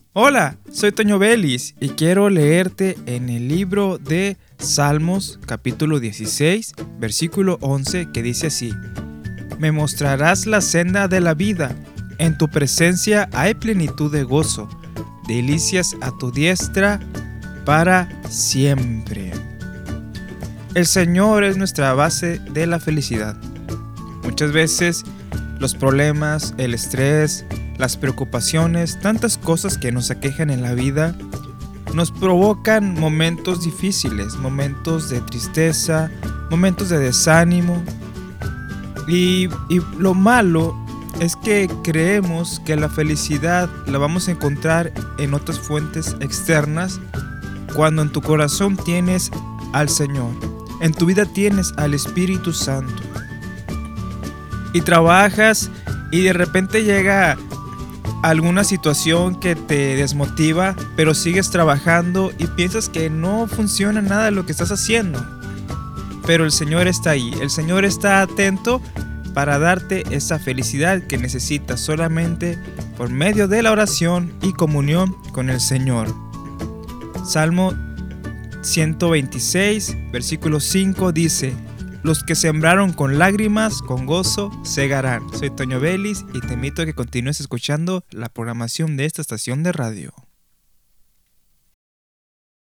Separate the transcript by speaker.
Speaker 1: Hola, soy Toño Vélez y quiero leerte en el libro de Salmos, capítulo 16, versículo 11, que dice así: Me mostrarás la senda de la vida, en tu presencia hay plenitud de gozo, delicias a tu diestra para siempre. El Señor es nuestra base de la felicidad. Muchas veces los problemas, el estrés, las preocupaciones, tantas cosas que nos aquejan en la vida, nos provocan momentos difíciles, momentos de tristeza, momentos de desánimo. Y lo malo es que creemos que la felicidad la vamos a encontrar en otras fuentes externas, cuando en tu corazón tienes al Señor, en tu vida tienes al Espíritu Santo. Y trabajas y de repente llega alguna situación que te desmotiva, pero sigues trabajando y piensas que no funciona nada de lo que estás haciendo. Pero el Señor está ahí, el Señor está atento para darte esa felicidad que necesitas solamente por medio de la oración y comunión con el Señor. Salmo 126, versículo 5 dice: Los que sembraron con lágrimas, con gozo, segarán. Soy Toño Vélez y te invito a que continúes escuchando la programación de esta estación de radio.